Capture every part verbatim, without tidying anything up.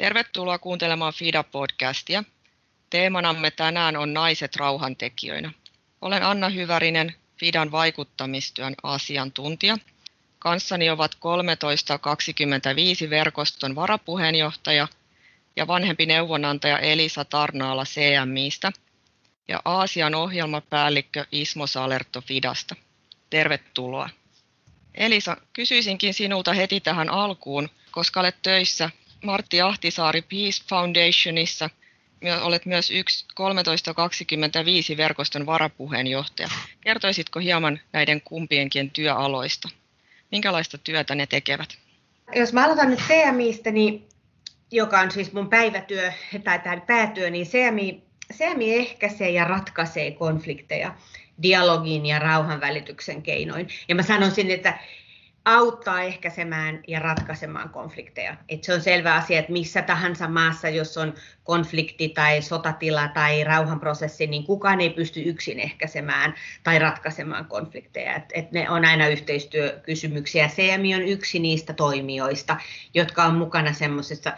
Tervetuloa kuuntelemaan FIDA-podcastia. Teemanamme tänään on naiset rauhantekijöinä. Olen Anna Hyvärinen, FIDAn vaikuttamistyön asiantuntija. Kanssani ovat kolmetoista kaksikymmentäviisi verkoston varapuheenjohtaja ja vanhempi neuvonantaja Elisa Tarnaala C M I:stä ja Aasian ohjelmapäällikkö Ismo Salerto FIDAsta. Tervetuloa. Elisa, kysyisinkin sinulta heti tähän alkuun, koska olet töissä Martti Ahtisaari Peace Foundationissa. Olet myös yksi kolmetoista kaksikymmentäviisi verkoston varapuheenjohtaja. Kertoisitko hieman näiden kumpienkin työaloista? Minkälaista työtä ne tekevät? Jos mä aloitan nyt C M I:stä, niin, joka on siis mun päivätyö tai tämä päätyö, niin C M I, C M I ehkäisee ja ratkaisee konflikteja dialogin ja rauhanvälityksen keinoin. Ja mä sanoisin, että auttaa ehkäisemään ja ratkaisemaan konflikteja. Et se on selvä asia, että missä tahansa maassa, jos on konflikti tai sotatila tai rauhanprosessi, niin kukaan ei pysty yksin ehkäisemään tai ratkaisemaan konflikteja. Et, et ne on aina yhteistyökysymyksiä. C M I on yksi niistä toimijoista, jotka on mukana semmoisessa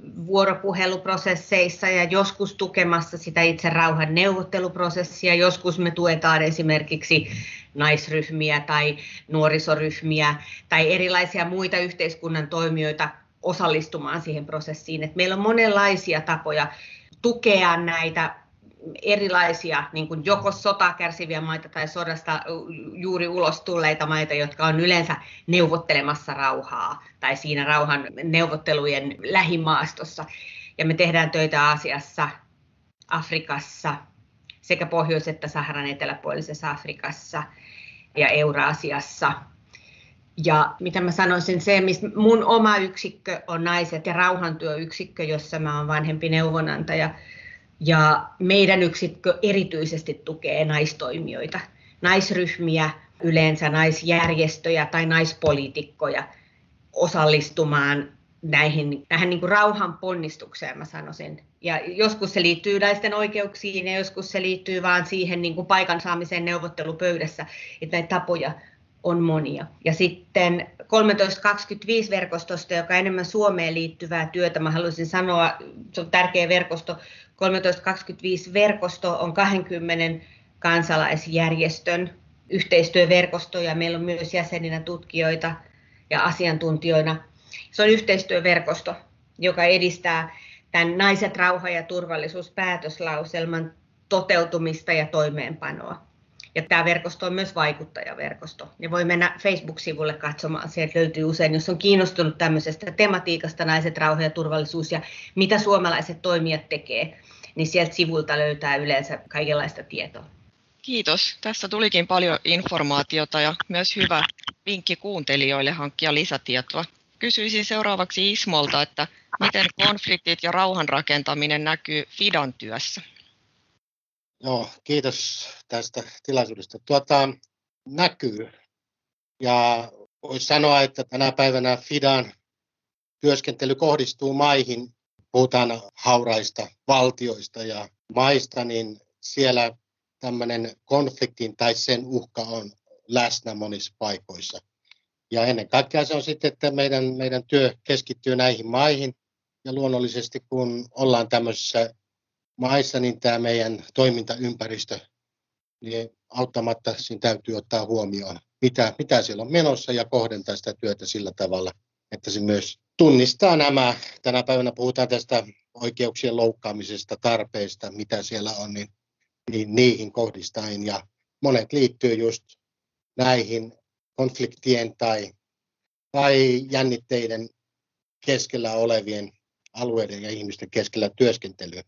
vuoropuheluprosesseissa ja joskus tukemassa sitä itse rauhan neuvotteluprosessia. Joskus me tuetaan esimerkiksi naisryhmiä tai nuorisoryhmiä tai erilaisia muita yhteiskunnan toimijoita osallistumaan siihen prosessiin. Et meillä on monenlaisia tapoja tukea näitä erilaisia niin kuin joko sotaa kärsiviä maita tai sodasta juuri ulos tulleita maita, jotka on yleensä neuvottelemassa rauhaa tai siinä rauhan neuvottelujen lähimaastossa. Ja me tehdään töitä Aasiassa, Afrikassa, sekä Pohjois- että Saharan eteläpuolisessa Afrikassa ja Euraasiassa. Ja mitä mä sanoisin, se, mistä mun oma yksikkö on naiset ja rauhantyöyksikkö, jossa mä oon vanhempi neuvonantaja. Ja meidän yksikkö erityisesti tukee naistoimijoita, naisryhmiä, yleensä naisjärjestöjä tai naispoliitikkoja osallistumaan näihin, tähän niin kuin rauhan ponnistukseen, mä sanoisin. Ja joskus se liittyy naisten oikeuksiin ja joskus se liittyy vaan siihen niin kuin paikan saamiseen neuvottelupöydässä, että näitä tapoja on monia. Ja sitten kolmetoista kaksikymmentäviisi verkostosta, joka on enemmän Suomeen liittyvää työtä, mä haluaisin sanoa, se on tärkeä verkosto. kolmetoista kaksikymmentäviisi verkosto on kaksikymmentä kansalaisjärjestön yhteistyöverkosto ja meillä on myös jäseninä tutkijoita ja asiantuntijoina. Se on yhteistyöverkosto, joka edistää tämän naiset, rauha ja turvallisuus päätöslauselman toteutumista ja toimeenpanoa. Ja tämä verkosto on myös vaikuttajaverkosto. Ja voi mennä Facebook-sivulle katsomaan, sieltä löytyy usein, jos on kiinnostunut tämmöisestä tematiikasta naiset, rauha ja turvallisuus ja mitä suomalaiset toimijat tekee, niin sieltä sivulta löytää yleensä kaikenlaista tietoa. Kiitos. Tässä tulikin paljon informaatiota ja myös hyvä vinkki kuuntelijoille hankkia lisätietoa. Kysyisin seuraavaksi Ismolta, että miten konfliktit ja rauhanrakentaminen näkyy FIDAn työssä? Joo, kiitos tästä tilaisuudesta. Tuota, näkyy. Ja voisi sanoa, että tänä päivänä FIDAn työskentely kohdistuu maihin. Puhutaan hauraista valtioista ja maista, niin siellä tämmöinen konfliktin tai sen uhka on läsnä monissa paikoissa. Ja ennen kaikkea se on sitten, että meidän, meidän työ keskittyy näihin maihin. Ja luonnollisesti kun ollaan tämmöisissä maissa, niin tämä meidän toimintaympäristö, niin auttamatta siinä täytyy ottaa huomioon, mitä, mitä siellä on menossa ja kohdentaa sitä työtä sillä tavalla, että se myös tunnistaa nämä. Tänä päivänä puhutaan tästä oikeuksien loukkaamisesta, tarpeista, mitä siellä on, niin, niin niihin kohdistaen. Ja monet liittyy just näihin konfliktien tai, tai jännitteiden keskellä olevien alueiden ja ihmisten keskellä työskentelyyn.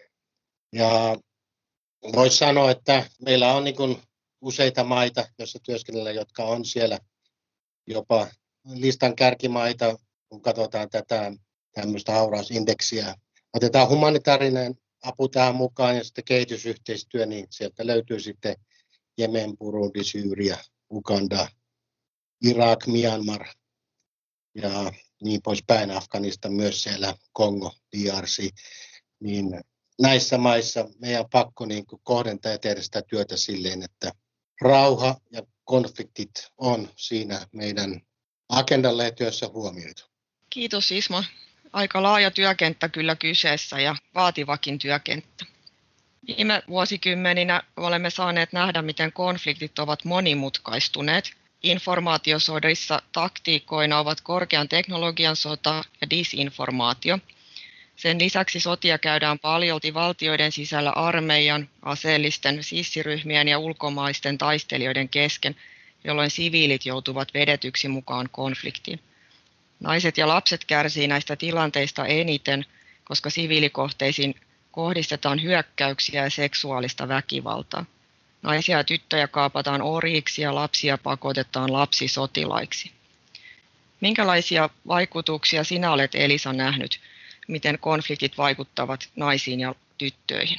Ja voisi sanoa, että meillä on niin kuin useita maita, joissa työskennellään, jotka on siellä jopa listan kärkimaita, kun katsotaan tätä tämmöistä haurausindeksiä. Otetaan humanitaarinen apu tähän mukaan ja sitten kehitysyhteistyö, niin sieltä löytyy sitten Jemen, Burundi, Syyria, Uganda, Irak, Myanmar ja niin poispäin, Afganistan myös siellä, Kongo, D R C, niin näissä maissa meidän on pakko niin kuin kohdentaa ja tehdä sitä työtä silleen, että rauha ja konfliktit on siinä meidän agendalla ja työssä huomioitu. Kiitos Ismo. Aika laaja työkenttä kyllä kyseessä ja vaativakin työkenttä. Viime vuosikymmeninä olemme saaneet nähdä, miten konfliktit ovat monimutkaistuneet. Informaatiosodissa taktiikkoina ovat korkean teknologian sota ja disinformaatio. Sen lisäksi sotia käydään paljolti valtioiden sisällä armeijan, aseellisten sissiryhmien ja ulkomaisten taistelijoiden kesken, jolloin siviilit joutuvat vedetyksi mukaan konfliktiin. Naiset ja lapset kärsii näistä tilanteista eniten, koska siviilikohteisiin kohdistetaan hyökkäyksiä ja seksuaalista väkivaltaa. Naisia ja tyttöjä kaapataan orjiksi ja lapsia pakotetaan lapsisotilaiksi. Minkälaisia vaikutuksia sinä olet, Elisa, nähnyt, miten konfliktit vaikuttavat naisiin ja tyttöihin?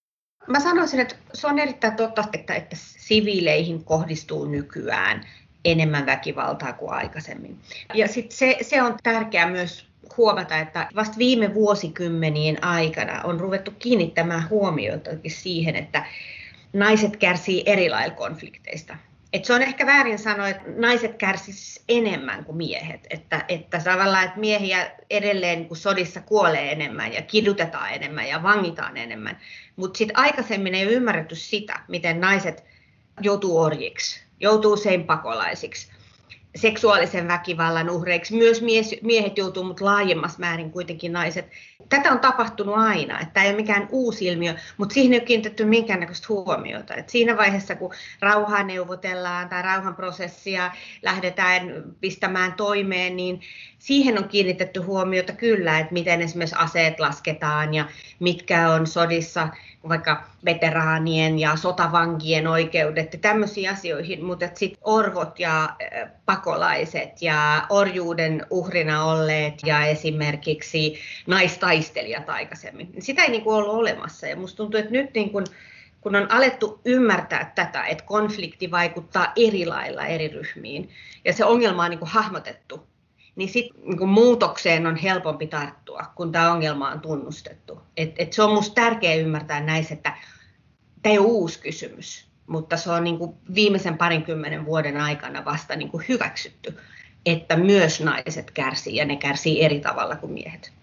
Mä sanoisin, että se on erittäin totta, että, että siviileihin kohdistuu nykyään enemmän väkivaltaa kuin aikaisemmin. Ja sit se, se on tärkeää myös huomata, että vasta viime vuosikymmenien aikana on ruvettu kiinnittämään huomiota siihen, että naiset kärsii eri lailla konflikteista. Et se on ehkä väärin sanoa, että naiset kärsisivät enemmän kuin miehet. Että, että tavallaan, että miehiä edelleen kun sodissa kuolee enemmän ja kidutetaan enemmän ja vangitaan enemmän. Mutta sitten aikaisemmin ei ole ymmärretty sitä, miten naiset joutuu orjiksi, joutuu usein pakolaisiksi, seksuaalisen väkivallan uhreiksi. Myös miehet joutuu, mutta laajemmassa määrin kuitenkin naiset. Tätä on tapahtunut aina, että tämä ei ole mikään uusi ilmiö, mutta siihen ei ole kiinnitetty minkäännäköistä huomiota. Et siinä vaiheessa, kun rauhaa neuvotellaan tai rauhanprosessia lähdetään pistämään toimeen, niin siihen on kiinnitetty huomiota kyllä, että miten esimerkiksi aseet lasketaan ja mitkä on sodissa vaikka veteraanien ja sotavankien oikeudet ja tämmöisiin asioihin, mutta sitten orvot ja pakolaiset ja orjuuden uhrina olleet ja esimerkiksi naistaistelijat aikaisemmin, sitä ei niin kuin ollut olemassa. Ja musta tuntuu, että nyt niin kuin, kun on alettu ymmärtää tätä, että konflikti vaikuttaa eri lailla eri ryhmiin ja se ongelma on niin kuin hahmotettu, niin sitten niin muutokseen on helpompi tarttua, kun tämä ongelma on tunnustettu. Et, et se on minusta tärkeää ymmärtää näissä, että tämä ei ole uusi kysymys, mutta se on niin kuin viimeisen parinkymmenen vuoden aikana vasta niin kuin hyväksytty, että myös naiset kärsii ja ne kärsii eri tavalla kuin miehet.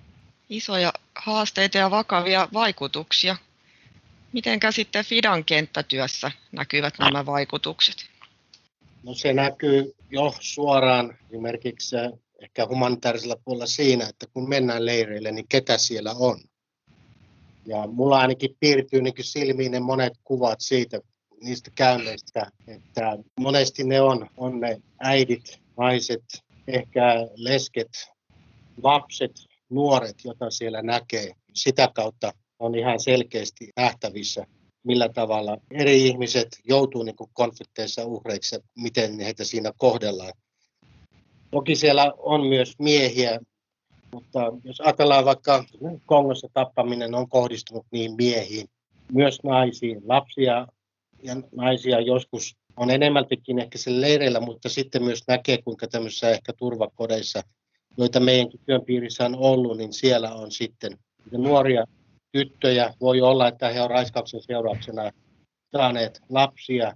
Isoja haasteita ja vakavia vaikutuksia. Mitenkä sitten Fidan kenttätyössä näkyvät nämä vaikutukset? No se näkyy jo suoraan esimerkiksi ehkä humanitaarisella puolella siinä, että kun mennään leireille, niin ketä siellä on. Ja mulla ainakin piirtyy niin silmiin ne monet kuvat siitä, niistä käynneistä, että monesti ne on, on ne äidit, naiset, ehkä lesket, lapset, nuoret, joita siellä näkee. Sitä kautta on ihan selkeästi nähtävissä, millä tavalla eri ihmiset joutuu niin kuin konflikteissa uhreiksi, miten heitä siinä kohdellaan. Toki siellä on myös miehiä, mutta jos ajatellaan vaikka Kongossa tappaminen on kohdistunut niin miehiin, myös naisiin, lapsia ja naisia joskus on enemmältikin ehkä sen leireillä, mutta sitten myös näkee, kuinka tämmöisissä ehkä turvakodeissa, joita meidänkin työn piirissä on ollut, niin siellä on sitten nuoria tyttöjä. Voi olla, että he on raiskauksen seurauksena saaneet lapsia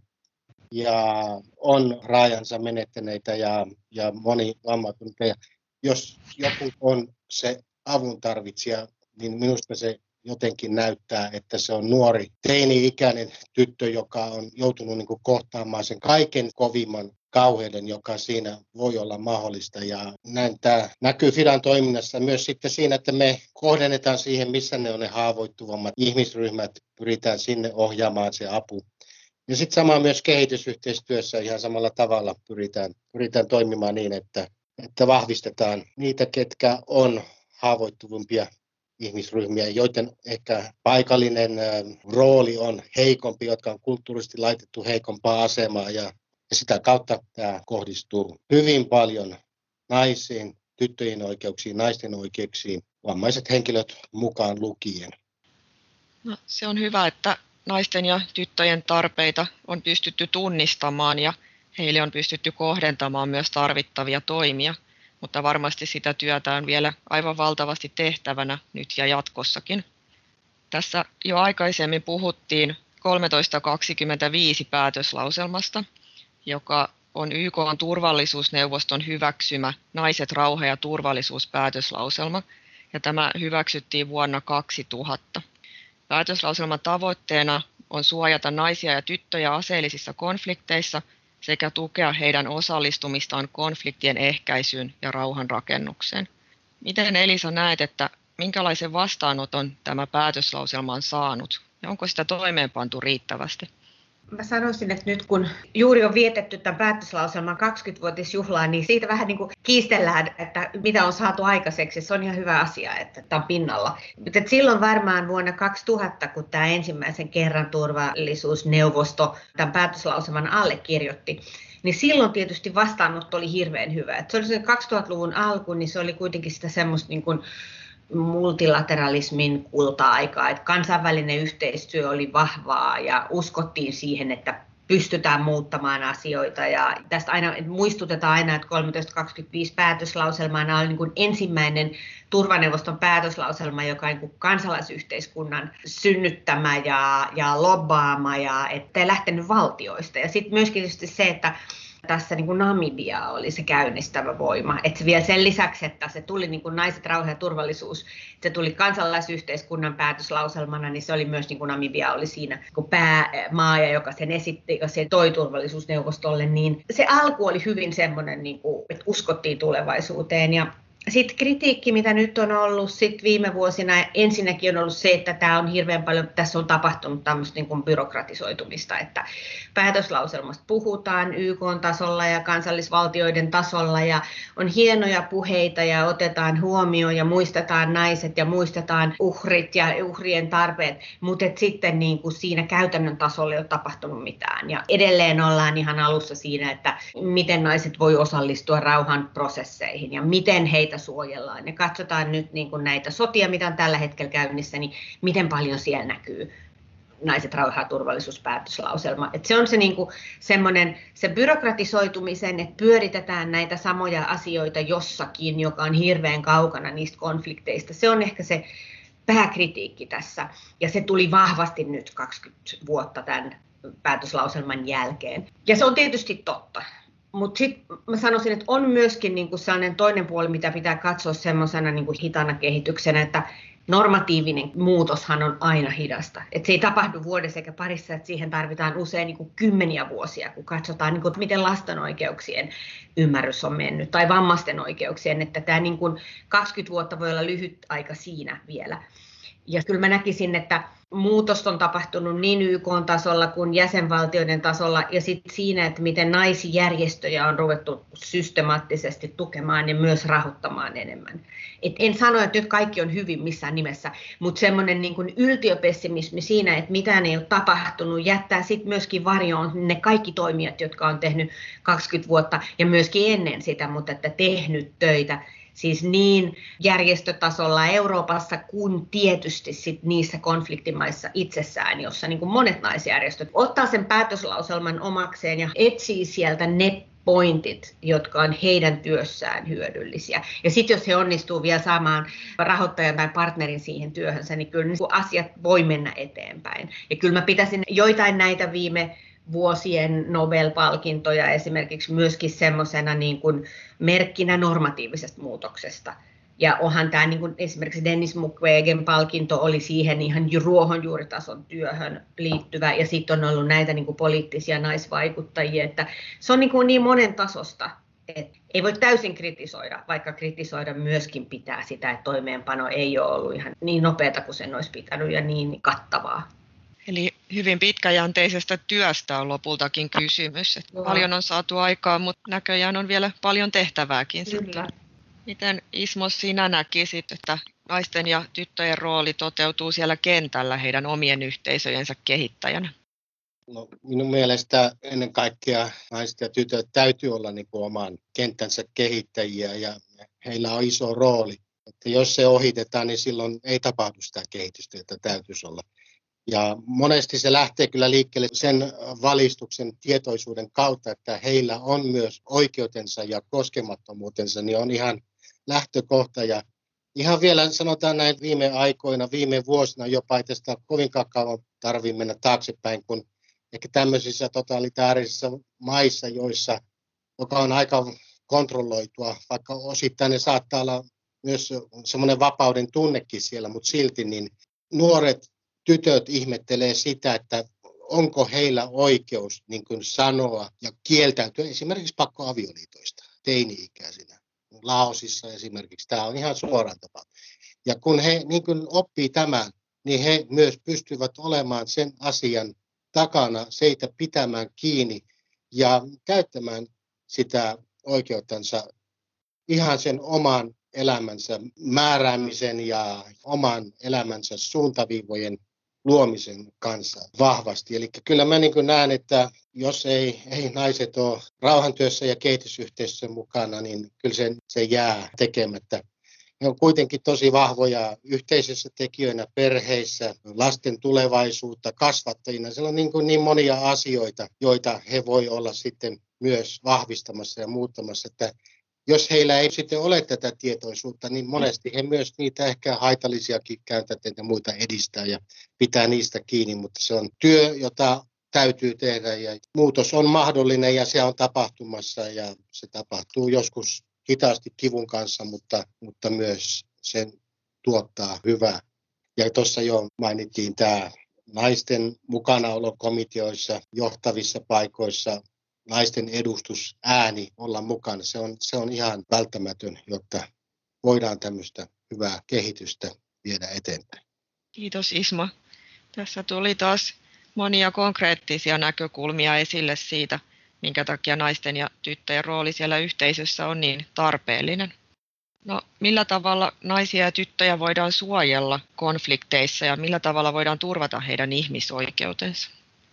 ja on raajansa menettäneitä ja, ja moni vammautuneita. Ja jos joku on se avun tarvitsija, niin minusta se jotenkin näyttää, että se on nuori teini-ikäinen tyttö, joka on joutunut niin kuin kohtaamaan sen kaiken kovimman kauheuden, joka siinä voi olla mahdollista. Ja näin tämä näkyy Fidan toiminnassa myös sitten siinä, että me kohdennetaan siihen, missä ne on ne haavoittuvammat ihmisryhmät, pyritään sinne ohjaamaan se apu. Ja sitten sama myös kehitysyhteistyössä ihan samalla tavalla pyritään, pyritään toimimaan niin, että, että vahvistetaan niitä, ketkä on haavoittuvimpia ihmisryhmiä, joiden ehkä paikallinen rooli on heikompi, jotka on kulttuurisesti laitettu heikompaa asemaa ja, ja sitä kautta tämä kohdistuu hyvin paljon naisiin, tyttöjen oikeuksiin, naisten oikeuksiin, vammaiset henkilöt mukaan lukien. No, se on hyvä, että naisten ja tyttöjen tarpeita on pystytty tunnistamaan ja heille on pystytty kohdentamaan myös tarvittavia toimia. Mutta varmasti sitä työtä on vielä aivan valtavasti tehtävänä nyt ja jatkossakin. Tässä jo aikaisemmin puhuttiin kolmetoista kaksikymmentäviisi päätöslauselmasta, joka on Y K:n turvallisuusneuvoston hyväksymä Naiset, rauha ja turvallisuuspäätöslauselma, ja tämä hyväksyttiin vuonna kaksituhatta. Päätöslauselman tavoitteena on suojata naisia ja tyttöjä aseellisissa konflikteissa sekä tukea heidän osallistumistaan konfliktien ehkäisyyn ja rauhanrakennukseen. Miten Elisa näet, että minkälaisen vastaanoton tämä päätöslauselma on saanut ja onko sitä toimeenpantu riittävästi? Mä sanoisin, että nyt kun juuri on vietetty tämän päätöslauselman kaksikymmenvuotisjuhlaa, niin siitä vähän niin kuin kiistellään, että mitä on saatu aikaiseksi. Se on ihan hyvä asia, että tämä on pinnalla. Mutta silloin varmaan vuonna kaksituhatta, kun tämä ensimmäisen kerran turvallisuusneuvosto tämän päätöslauselman allekirjoitti, niin silloin tietysti vastaanotto oli hirveän hyvä. Et se oli se kaksituhattaluvun alku, niin se oli kuitenkin sitä semmoista niin kuin multilateralismin kulta-aikaa, että kansainvälinen yhteistyö oli vahvaa ja uskottiin siihen, että pystytään muuttamaan asioita. Ja tästä aina muistutetaan aina, että tuhatkolmesataakaksikymmentäviisi päätöslauselmana oli niin kuin ensimmäinen turvaneuvoston päätöslauselma, joka on niin kuin kansalaisyhteiskunnan synnyttämä ja, ja lobbaama ja ettei lähtenyt valtioista. Ja sitten myöskin tietysti se, että tässä niin kuin Namibia oli se käynnistävä voima. Että se vielä sen lisäksi, että se tuli niin kuin naiset, rauha ja turvallisuus, se tuli kansalaisyhteiskunnan päätöslauselmana, niin se oli myös niin kuin Namibia oli siinä niin päämaa, joka sen esitti, joka se toi turvallisuusneuvostolle. Niin se alku oli hyvin semmoinen, niin kuin, että uskottiin tulevaisuuteen. Ja sitten kritiikki, mitä nyt on ollut sit viime vuosina, ensinnäkin on ollut se, että tämä on hirveän paljon, tässä on tapahtunut tämmöistä niin kuin byrokratisoitumista, että päätöslauselmasta puhutaan Y K-tasolla ja kansallisvaltioiden tasolla ja on hienoja puheita ja otetaan huomioon ja muistetaan naiset ja muistetaan uhrit ja uhrien tarpeet, mutta sitten niin kuin siinä käytännön tasolla ei ole tapahtunut mitään. Ja edelleen ollaan ihan alussa siinä, että miten naiset voi osallistua rauhanprosesseihin ja miten heitä suojellaan. Ja katsotaan nyt niin kuin näitä sotia, mitä on tällä hetkellä käynnissä, niin miten paljon siellä näkyy naiset, rauha ja turvallisuuspäätöslauselma. Et se on se, niin kuin, semmoinen, se byrokratisoitumisen, että pyöritetään näitä samoja asioita jossakin, joka on hirveän kaukana niistä konflikteista. Se on ehkä se pääkritiikki tässä. Ja se tuli vahvasti nyt kaksikymmentä vuotta tämän päätöslauselman jälkeen. Ja se on tietysti totta. Mutta sitten mä sanoisin, että on myöskin niinku sellainen toinen puoli, mitä pitää katsoa semmoisena niinku hitana kehityksenä, että normatiivinen muutoshan on aina hidasta. Et se ei tapahdu vuodessa eikä parissa, että siihen tarvitaan usein niinku kymmeniä vuosia, kun katsotaan, niinku, miten lasten oikeuksien ymmärrys on mennyt, tai vammaisten oikeuksien, että tämä niinku kaksikymmentä vuotta voi olla lyhyt aika siinä vielä. Ja kyllä mä näkisin, että muutos on tapahtunut niin Y K-tasolla kuin jäsenvaltioiden tasolla ja sitten siinä, että miten naisjärjestöjä on ruvettu systemaattisesti tukemaan ja myös rahoittamaan enemmän. Et en sano, että nyt kaikki on hyvin missään nimessä, mutta semmoinen niin kuin yltiöpessimismi siinä, että mitään ei ole tapahtunut, jättää sitten myöskin varjoon ne kaikki toimijat, jotka on tehnyt kaksikymmentä vuotta ja myöskin ennen sitä, mutta että tehnyt töitä. Siis niin järjestötasolla Euroopassa kuin tietysti sit niissä konfliktimaissa itsessään, jossa niin kuin monet naisjärjestöt ottaa sen päätöslauselman omakseen ja etsii sieltä ne pointit, jotka on heidän työssään hyödyllisiä. Ja sitten jos he onnistuu vielä saamaan rahoittajan tai partnerin siihen työhönsä, niin kyllä asiat voi mennä eteenpäin. Ja kyllä mä pitäisin joitain näitä viime vuosien Nobel-palkintoja esimerkiksi myöskin semmoisena niin kuin merkkinä normatiivisesta muutoksesta. Ja onhan tämä niin kuin esimerkiksi Dennis Mukwegen palkinto oli siihen ihan ruohonjuuritason työhön liittyvä ja sitten on ollut näitä niin kuin poliittisia naisvaikuttajia, että se on niin kuin niin monen tasosta, että ei voi täysin kritisoida, vaikka kritisoida myöskin pitää sitä, että toimeenpano ei ole ollut ihan niin nopeata kuin sen olisi pitänyt ja niin kattavaa. Eli hyvin pitkäjänteisestä työstä on lopultakin kysymys. Että paljon on saatu aikaa, mutta näköjään on vielä paljon tehtävääkin. Kyllä. Miten Ismo sinä näkisit, että naisten ja tyttöjen rooli toteutuu siellä kentällä heidän omien yhteisöjensä kehittäjänä? No, minun mielestä ennen kaikkea naiset ja tytöt täytyy olla niin kuin oman kenttänsä kehittäjiä ja heillä on iso rooli. Että jos se ohitetaan, niin silloin ei tapahdu sitä kehitystä, jota täytyisi olla. Ja monesti se lähtee kyllä liikkeelle sen valistuksen tietoisuuden kautta, että heillä on myös oikeutensa ja koskemattomuutensa, niin on ihan lähtökohta. Ja ihan vielä sanotaan näin viime aikoina, viime vuosina jopa, että sitä kovinkaan kauan tarvitse mennä taaksepäin, kun ehkä tämmöisissä totalitaarisissa maissa, joissa joka on aika kontrolloitua, vaikka osittain ne saattaa olla myös semmoinen vapauden tunnekin siellä, mutta silti niin nuoret tytöt ihmettelee sitä, että onko heillä oikeus niin kuin sanoa ja kieltäytyä esimerkiksi pakkoavioliitoista teini-ikäisinä. Laosissa esimerkiksi tämä on ihan suoraan tapa. Ja kun he niin kuin oppii tämän, niin he myös pystyvät olemaan sen asian takana, seitä pitämään kiinni ja käyttämään sitä oikeutensa ihan sen oman elämänsä määräämisen ja oman elämänsä suuntaviivojen luomisen kanssa vahvasti. Eli kyllä mä niin kuin näen, että jos ei, ei naiset ole rauhantyössä ja kehitysyhteistyössä mukana, niin kyllä se, se jää tekemättä. He on kuitenkin tosi vahvoja yhteisössä tekijöinä, perheissä, lasten tulevaisuutta, kasvattajina. Siellä on niin, kuin niin monia asioita, joita he voi olla sitten myös vahvistamassa ja muuttamassa. Että jos heillä ei sitten ole tätä tietoisuutta, niin monesti he myös niitä ehkä haitallisiakin käytänteitä ja muita edistää ja pitää niistä kiinni. Mutta se on työ, jota täytyy tehdä ja muutos on mahdollinen ja se on tapahtumassa ja se tapahtuu joskus hitaasti kivun kanssa, mutta, mutta myös sen tuottaa hyvää. Ja tuossa jo mainittiin tämä naisten mukanaolo komiteoissa, johtavissa paikoissa, naisten edustus, ääni olla mukana. Se on, se on ihan välttämätön, jotta voidaan tämmöistä hyvää kehitystä viedä eteenpäin. Kiitos Ismo. Tässä tuli taas monia konkreettisia näkökulmia esille siitä, minkä takia naisten ja tyttöjen rooli siellä yhteisössä on niin tarpeellinen. No, millä tavalla naisia ja tyttöjä voidaan suojella konflikteissa ja millä tavalla voidaan turvata heidän ihmisoikeutensa?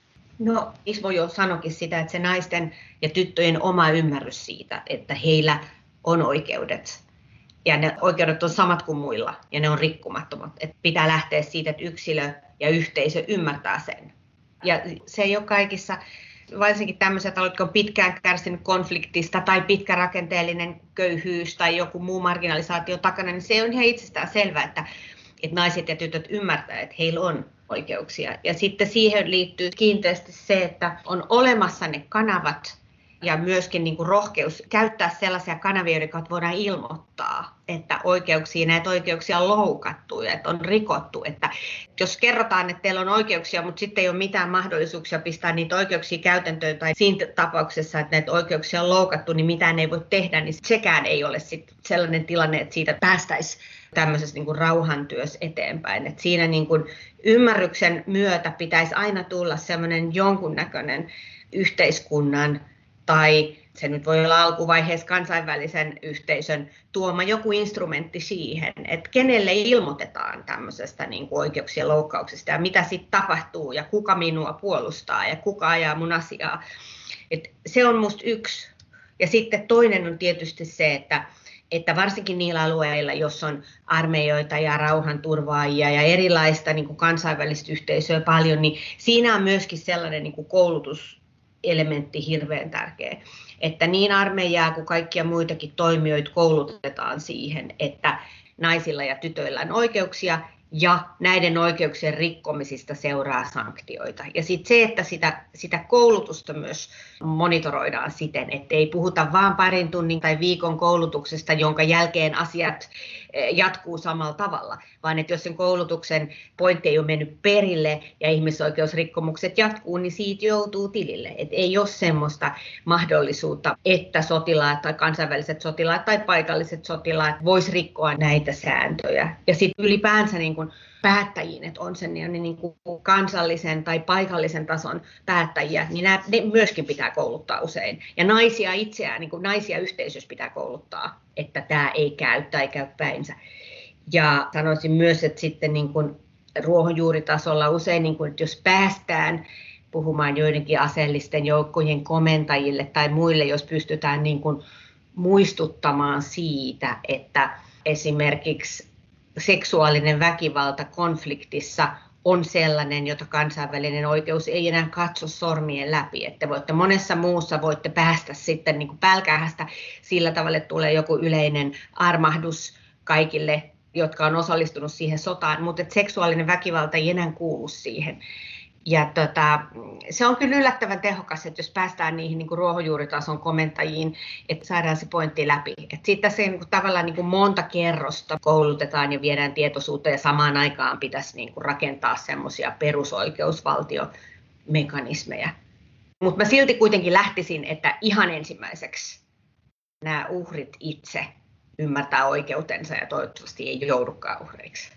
No, Ismo jo sanoikin sitä, että se naisten ja tyttöjen oma ymmärrys siitä, että heillä on oikeudet. Ja ne oikeudet on samat kuin muilla ja ne on rikkumattomat. Että pitää lähteä siitä, että yksilö ja yhteisö ymmärtää sen. Ja se ei ole kaikissa, varsinkin tämmöiset alueet, jotka on pitkään kärsinyt konfliktista tai pitkä rakenteellinen köyhyys tai joku muu marginalisaatio takana, niin se on ihan itsestään selvää, että, että naiset ja tytöt ymmärtää, että heillä on oikeuksia. Ja sitten siihen liittyy kiinteästi se, että on olemassa ne kanavat ja myöskin niin kuin rohkeus käyttää sellaisia kanavia, jotka voidaan ilmoittaa, että oikeuksia, näitä oikeuksia on loukattu ja että on rikottu. Että jos kerrotaan, että teillä on oikeuksia, mutta sitten ei ole mitään mahdollisuuksia pistää niitä oikeuksia käytäntöön tai siinä tapauksessa, että näitä oikeuksia on loukattu, niin mitään ei voi tehdä, niin sekään ei ole sit sellainen tilanne, että siitä päästäisiin tämmöisessä niin kuin rauhantyössä eteenpäin. Et siinä niin kuin ymmärryksen myötä pitäisi aina tulla semmoinen jonkunnäköinen yhteiskunnan tai se nyt voi olla alkuvaiheessa kansainvälisen yhteisön tuoma joku instrumentti siihen, että kenelle ilmoitetaan tämmöisestä niin kuin oikeuksien loukkauksesta ja mitä sitten tapahtuu ja kuka minua puolustaa ja kuka ajaa mun asiaa. Et se on musta yksi. Ja sitten toinen on tietysti se, että että varsinkin niillä alueilla, jossa on armeijoita ja rauhanturvaajia ja erilaista niin kuin kansainvälistä yhteisöä paljon, niin siinä on myöskin sellainen niin kuin koulutuselementti hirveän tärkeä. Että niin armeijaa kuin kaikkia muitakin toimijoita koulutetaan siihen, että naisilla ja tytöillä on oikeuksia ja näiden oikeuksien rikkomisista seuraa sanktioita. Ja sitten se, että sitä, sitä koulutusta myös monitoroidaan siten, että ei puhuta vain parin tunnin tai viikon koulutuksesta, jonka jälkeen asiat jatkuu samalla tavalla, vaan että jos sen koulutuksen pointti ei ole mennyt perille ja ihmisoikeusrikkomukset jatkuu, niin siitä joutuu tilille. Et ei ole semmoista mahdollisuutta, että sotilaat tai kansainväliset sotilaat tai paikalliset sotilaat vois rikkoa näitä sääntöjä. Ja sitten ylipäänsä niin kun päättäjiin, että on sen niin kuin kansallisen tai paikallisen tason päättäjiä, niin nämä, ne myöskin pitää kouluttaa usein. Ja naisia itseään, niin kuin naisia yhteisössä pitää kouluttaa, että tämä ei käy tai käy päinsä. Ja sanoisin myös, että sitten niin kuin ruohonjuuritasolla usein, niin kuin, että jos päästään puhumaan joidenkin aseellisten joukkojen komentajille tai muille, jos pystytään niin kuin muistuttamaan siitä, että esimerkiksi seksuaalinen väkivalta konfliktissa on sellainen, jota kansainvälinen oikeus ei enää katso sormien läpi. Että voitte monessa muussa voitte päästä sitten niin kuin pälkähästä sillä tavalla, että tulee joku yleinen armahdus kaikille, jotka on osallistunut siihen sotaan, mutta seksuaalinen väkivalta ei enää kuulu siihen. Ja tota, se on kyllä yllättävän tehokas, että jos päästään niihin niin kuin ruohonjuuritason komentajiin, että saadaan se pointti läpi. Että sitten se niin kuin, tavallaan niin kuin monta kerrosta koulutetaan ja viedään tietoisuutta ja samaan aikaan pitäisi niin kuin rakentaa semmoisia perusoikeusvaltiomekanismeja. Mutta mä silti kuitenkin lähtisin, että ihan ensimmäiseksi nämä uhrit itse ymmärtää oikeutensa ja toivottavasti ei joudukaan uhreiksi.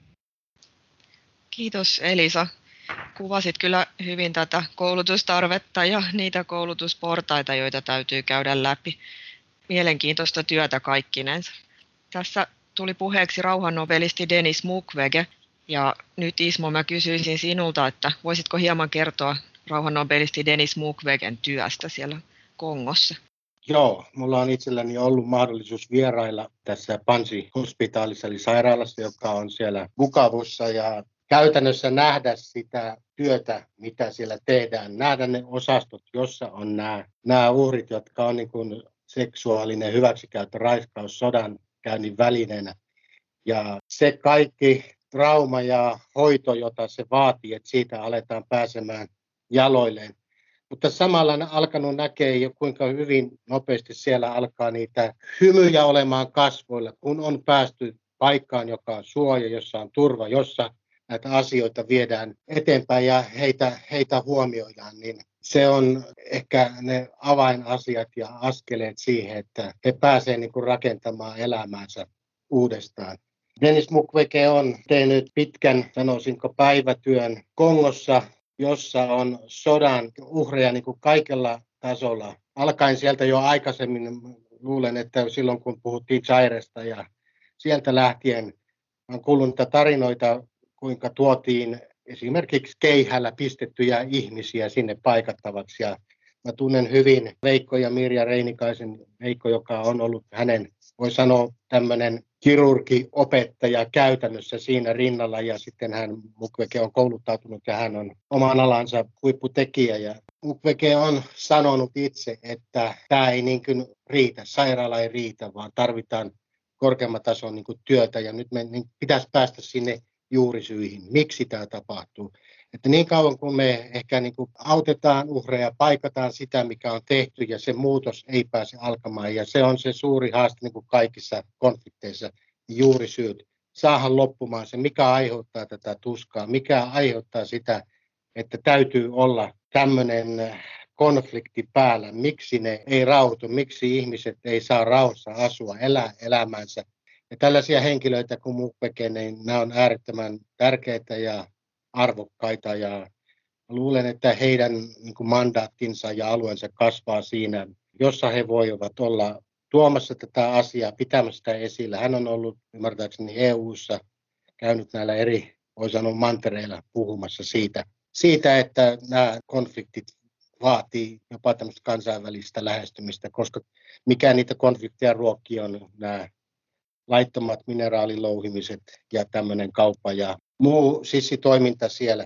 Kiitos Elisa. Kuvasit kyllä hyvin tätä koulutustarvetta ja niitä koulutusportaita, joita täytyy käydä läpi. Mielenkiintoista työtä kaikkinensa. Tässä tuli puheeksi rauhannobelisti Denis Mukwege. Ja nyt Ismo, mä kysyisin sinulta, että voisitko hieman kertoa rauhannobelisti Denis Mukwegen työstä siellä Kongossa? Joo, mulla on itselläni ollut mahdollisuus vierailla tässä Panzi Hospitalissa, eli sairaalassa, joka on siellä Bukavussa, ja käytännössä nähdä sitä työtä, mitä siellä tehdään, nähdä ne osastot, jossa on nämä, nämä uhrit, jotka on niin kuin seksuaalinen hyväksikäyttö, raiskaus, sodan käynnin välineenä. Ja se kaikki trauma ja hoito, jota se vaatii, että siitä aletaan pääsemään jaloilleen. Mutta samalla on alkanut näkee jo, kuinka hyvin nopeasti siellä alkaa niitä hymyjä olemaan kasvoilla, kun on päästy paikkaan, joka on suoja, jossa on turva, jossa näitä asioita viedään eteenpäin ja heitä, heitä huomioidaan, niin se on ehkä ne avainasiat ja askeleet siihen, että he pääsevät niin kuin rakentamaan elämäänsä uudestaan. Denis Mukwege on tehnyt pitkän, sanoisinko, päivätyön Kongossa, jossa on sodan uhreja niin kuin kaikella tasolla. Alkaen sieltä jo aikaisemmin, luulen, että silloin kun puhuttiin Zairesta ja sieltä lähtien on kuullut tarinoita, kuinka tuotiin esimerkiksi keihällä pistettyjä ihmisiä sinne paikattavaksi. Ja mä tunnen hyvin Veikko ja Mirja Reinikaisen, Veikko, joka on ollut hänen, voi sanoa, tämmöinen kirurgiopettaja käytännössä siinä rinnalla. Ja sitten hän, Mukwege, on kouluttautunut ja hän on oman alansa huipputekijä. Ja Mukwege on sanonut itse, että tämä ei niin kuin riitä, sairaala ei riitä, vaan tarvitaan korkeamman tason niin kuin työtä. Ja nyt me niin pitäisi päästä sinne juurisyihin, miksi tämä tapahtuu. Että niin kauan kun me ehkä niin kuin autetaan uhreja, paikataan sitä, mikä on tehty ja se muutos ei pääse alkamaan. Ja se on se suuri haaste niin kuin kaikissa konflikteissa, juurisyyt. Saahan loppumaan se, mikä aiheuttaa tätä tuskaa, mikä aiheuttaa sitä, että täytyy olla tämmöinen konflikti päällä, miksi ne ei rauhoitu, miksi ihmiset ei saa rauhassa asua, elää elämänsä. Ja tällaisia henkilöitä kuin Mukwege, niin nämä on äärettömän tärkeitä ja arvokkaita ja luulen, että heidän niin kuin mandaattinsa ja alueensa kasvaa siinä, jossa he voivat olla tuomassa tätä asiaa, pitämässä sitä esillä. Hän on ollut ymmärtääkseni E U:ssa, käynyt näillä eri, voi sanoa, mantereilla puhumassa siitä, siitä, että nämä konfliktit vaatii jopa tämmöistä kansainvälistä lähestymistä, koska mikä niitä konflikteja ruokkii on nämä laittomat mineraalilouhimiset ja tämmöinen kauppa ja muu sissitoiminta siellä.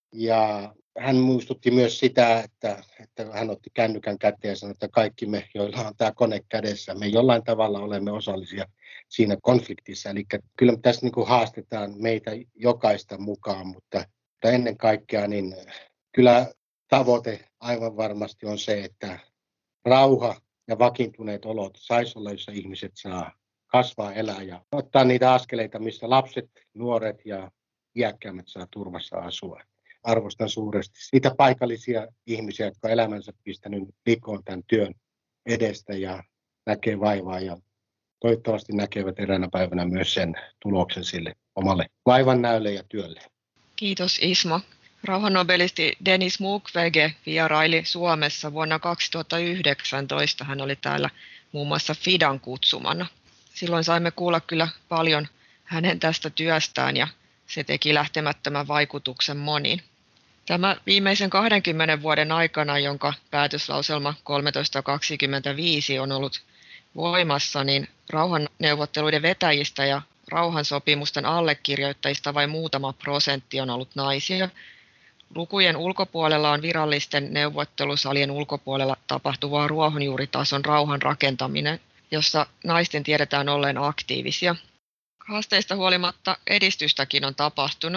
Ja hän muistutti myös sitä, että, että hän otti kännykän käteen ja sanoi, että kaikki me, joilla on tämä kone kädessä, me jollain tavalla olemme osallisia siinä konfliktissa. Eli kyllä tässä niin kuin haastetaan meitä jokaista mukaan, mutta, mutta ennen kaikkea niin kyllä tavoite aivan varmasti on se, että rauha ja vakiintuneet olot saisi olla, jossa ihmiset saa kasvaa, elää ja ottaa niitä askeleita, mistä lapset, nuoret ja iäkkäämmät saa turvassa asua. Arvostan suuresti niitä paikallisia ihmisiä, jotka elämänsä pistänyt likoon tämän työn edestä ja näkee vaivaa ja toivottavasti näkevät eräänä päivänä myös sen tuloksen sille omalle vaivannäölle ja työlle. Kiitos Ismo. Rauhannobelisti Denis Mukwege vieraili Suomessa vuonna kaksituhattayhdeksäntoista. Hän oli täällä muun muassa Fidan kutsumana. Silloin saimme kuulla kyllä paljon hänen tästä työstään ja se teki lähtemättömän vaikutuksen moniin. Tämä viimeisen kahdenkymmenen vuoden aikana, jonka päätöslauselma kolmetoista kaksikymmentäviisi on ollut voimassa, niin rauhanneuvotteluiden vetäjistä ja rauhansopimusten allekirjoittajista vain muutama prosentti on ollut naisia. Lukujen ulkopuolella on virallisten neuvottelusalien ulkopuolella tapahtuvaa ruohonjuuritason rauhan rakentaminen, jossa naisten tiedetään olleen aktiivisia. Haasteista huolimatta edistystäkin on tapahtunut.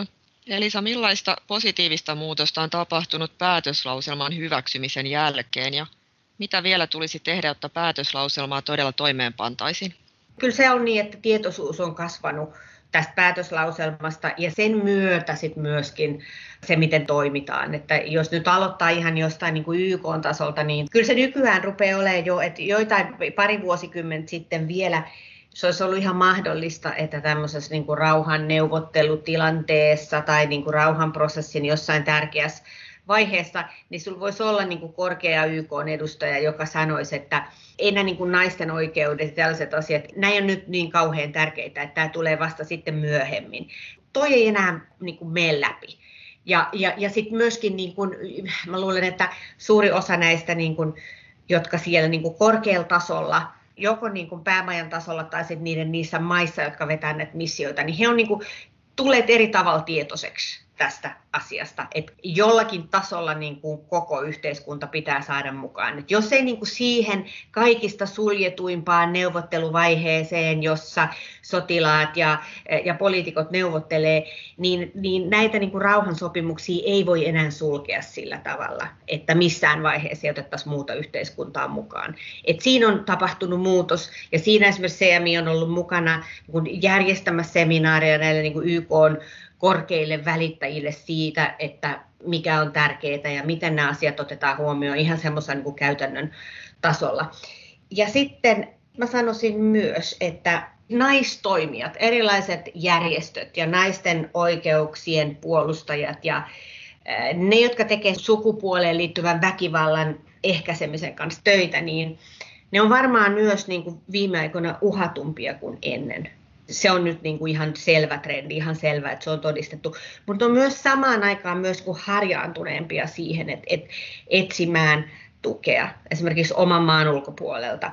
Elisa, millaista positiivista muutosta on tapahtunut päätöslauselman hyväksymisen jälkeen ja mitä vielä tulisi tehdä, jotta päätöslauselmaa todella toimeenpantaisiin? Kyllä se on niin, että tietoisuus on kasvanut tästä päätöslauselmasta ja sen myötä sit myöskin se, miten toimitaan. Että jos nyt aloittaa ihan jostain niin kuin Y K-tasolta, niin kyllä se nykyään rupeaa olemaan jo, että joitain pari vuosikymmentä sitten vielä se olisi ollut ihan mahdollista, että tämmöisessä niin kuin rauhan neuvottelutilanteessa tai niin kuin rauhanprosessin jossain tärkeässä vaiheessa, niin sinulla voisi olla niin kuin korkea Y K-edustaja, joka sanoisi, että enää niin kuin naisten oikeudet ja tällaiset asiat, nämä on nyt niin kauhean tärkeitä, että tämä tulee vasta sitten myöhemmin. Toi ei enää niin kuin mene läpi. Ja, ja, ja sitten myöskin, niin kuin, mä luulen, että suuri osa näistä, niin kuin, jotka siellä niin kuin korkealla tasolla, joko niin kuin päämajan tasolla tai sitten niiden niissä maissa, jotka vetää näitä missioita, niin he on niin kuin tulleet eri tavalla tietoiseksi tästä asiasta, että jollakin tasolla niin kuin koko yhteiskunta pitää saada mukaan. Et jos ei niin kuin siihen kaikista suljetuimpaan neuvotteluvaiheeseen, jossa sotilaat ja, ja poliitikot neuvottelee, niin, niin näitä niin kuin rauhansopimuksia ei voi enää sulkea sillä tavalla, että missään vaiheessa otettaisiin muuta yhteiskuntaa mukaan. Et siinä on tapahtunut muutos, ja siinä esimerkiksi C M I on ollut mukana niin kuin järjestämässä seminaareja näille niin kuin Y K:n korkeille välittäjille siitä, että mikä on tärkeää ja miten nämä asiat otetaan huomioon ihan semmoisella niin kuin käytännön tasolla. Ja sitten mä sanoisin myös, että naistoimijat, erilaiset järjestöt ja naisten oikeuksien puolustajat ja ne, jotka tekevät sukupuoleen liittyvän väkivallan ehkäisemisen kanssa töitä, niin ne on varmaan myös niin kuin viime aikoina uhatumpia kuin ennen. Se on nyt niin kuin ihan selvä trendi, ihan selvä, että se on todistettu. Mutta on myös samaan aikaan myös kuin harjaantuneempia siihen, että et, etsimään tukea esimerkiksi oman maan ulkopuolelta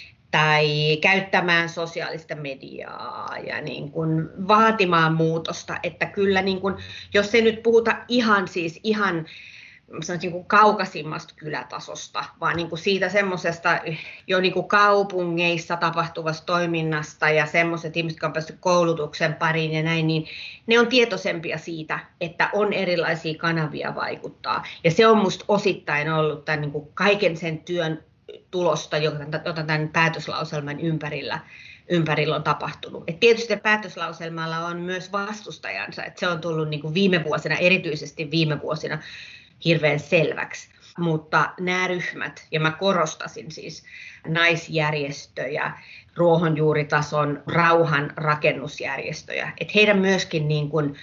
tai käyttämään sosiaalista mediaa ja niin kuin vaatimaan muutosta. Että kyllä, niin kuin, jos ei nyt puhuta ihan siis ihan niin kuin kaukaisimmasta kylätasosta, vaan niin kuin siitä semmoisesta jo niin kuin kaupungeissa tapahtuvasta toiminnasta ja semmoiset ihmiset, jotka on päässyt koulutuksen pariin ja näin, niin ne on tietoisempia siitä, että on erilaisia kanavia vaikuttaa. Ja se on musta osittain ollut tämän niin kuin kaiken sen työn tulosta, jota tämän päätöslauselman ympärillä, ympärillä on tapahtunut. Et tietysti päätöslauselmalla on myös vastustajansa, että se on tullut niin kuin viime vuosina, erityisesti viime vuosina, hirveän selväksi, mutta nämä ryhmät, ja mä korostasin siis naisjärjestöjä, ruohonjuuritason rauhan rakennusjärjestöjä, että heidän myöskin niin kuin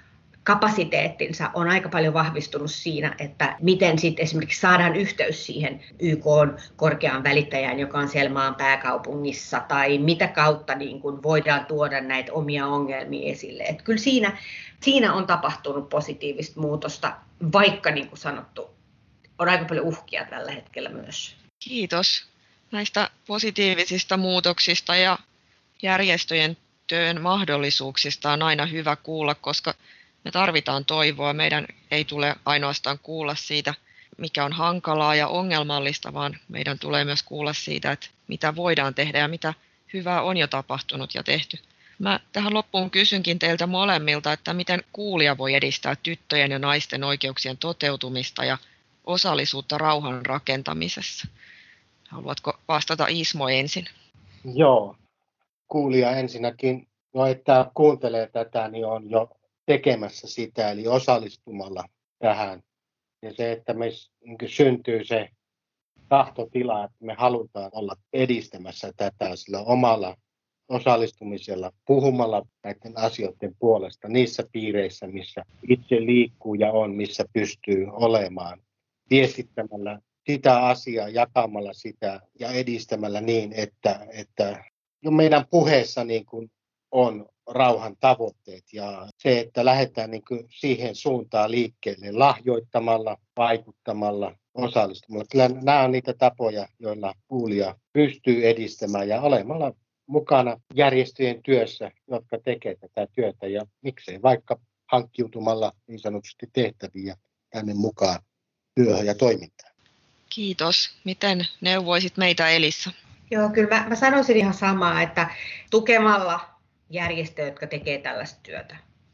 kapasiteettinsa on aika paljon vahvistunut siinä, että miten sitten esimerkiksi saadaan yhteys siihen Y K:n korkeaan välittäjään, joka on siellä maan pääkaupungissa, tai mitä kautta niin kuin voidaan tuoda näitä omia ongelmia esille. Että kyllä siinä, siinä on tapahtunut positiivista muutosta, vaikka niin kuin sanottu, on aika paljon uhkia tällä hetkellä myös. Kiitos näistä positiivisista muutoksista ja järjestöjen työn mahdollisuuksista on aina hyvä kuulla, koska me tarvitaan toivoa. Meidän ei tule ainoastaan kuulla siitä, mikä on hankalaa ja ongelmallista, vaan meidän tulee myös kuulla siitä, että mitä voidaan tehdä ja mitä hyvää on jo tapahtunut ja tehty. Mä tähän loppuun kysynkin teiltä molemmilta, että miten kuulija voi edistää tyttöjen ja naisten oikeuksien toteutumista ja osallisuutta rauhan rakentamisessa. Haluatko vastata Ismo ensin? Joo, kuulija ensinnäkin, no että kuuntelee tätä, niin on jo tekemässä sitä, eli osallistumalla tähän. Ja se, että me syntyy se tahtotila, että me halutaan olla edistämässä tätä sillä omalla osallistumisella, puhumalla näiden asioiden puolesta niissä piireissä, missä itse liikkuu ja on, missä pystyy olemaan, viestittämällä sitä asiaa, jakamalla sitä ja edistämällä niin, että, että jo meidän puheessa niin kuin on rauhan tavoitteet ja se, että lähdetään niin kuin siihen suuntaan liikkeelle lahjoittamalla, vaikuttamalla, osallistumalla. Kyllä nämä on niitä tapoja, joilla kuulija pystyy edistämään ja olemalla mukana järjestöjen työssä, jotka tekevät tätä työtä ja miksei vaikka hankkiutumalla niin sanotusti tehtäviä tänne mukaan työhön ja toimintaan. Kiitos. Miten neuvoisit meitä, Elissa? Joo, kyllä mä, mä sanoisin ihan samaa, että tukemalla järjestöjä, jotka tekevät tällaista työtä.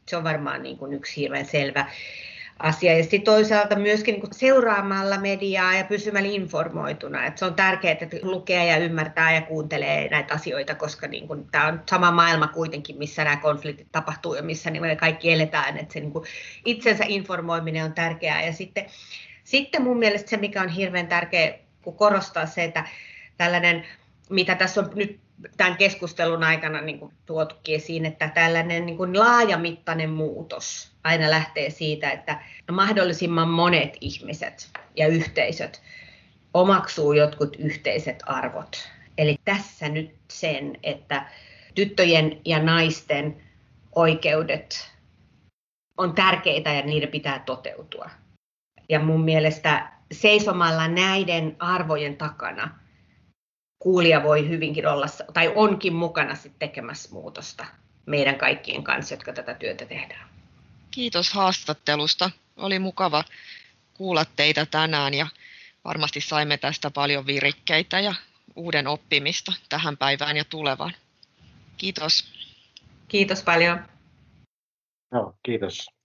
Se on varmaan niin kuin yksi hirveän selvä asia. Ja sitten toisaalta myöskin niin kuin seuraamalla mediaa ja pysymällä informoituna. Et se on tärkeää, että lukee ja ymmärtää ja kuuntelee näitä asioita, koska niin kuin, tämä on sama maailma kuitenkin, missä nämä konfliktit tapahtuu ja missä niin me kaikki eletään. Et se niin kuin, itsensä informoiminen on tärkeää. Ja sitten, sitten mun mielestä se, mikä on hirveän tärkeää, kun korostaa se, että tällainen, mitä tässä on nyt tämän keskustelun aikana niin kuin tuotukin esiin, että tällainen niin kuin laajamittainen muutos aina lähtee siitä, että mahdollisimman monet ihmiset ja yhteisöt omaksuu jotkut yhteiset arvot. Eli tässä nyt sen, että tyttöjen ja naisten oikeudet on tärkeitä ja niiden pitää toteutua. Ja mun mielestä seisomalla näiden arvojen takana kuulija voi hyvinkin olla, tai onkin mukana sit tekemässä muutosta meidän kaikkien kanssa, jotka tätä työtä tehdään. Kiitos haastattelusta. Oli mukava kuulla teitä tänään ja varmasti saimme tästä paljon virikkeitä ja uuden oppimista tähän päivään ja tulevaan. Kiitos. Kiitos paljon. Joo, kiitos.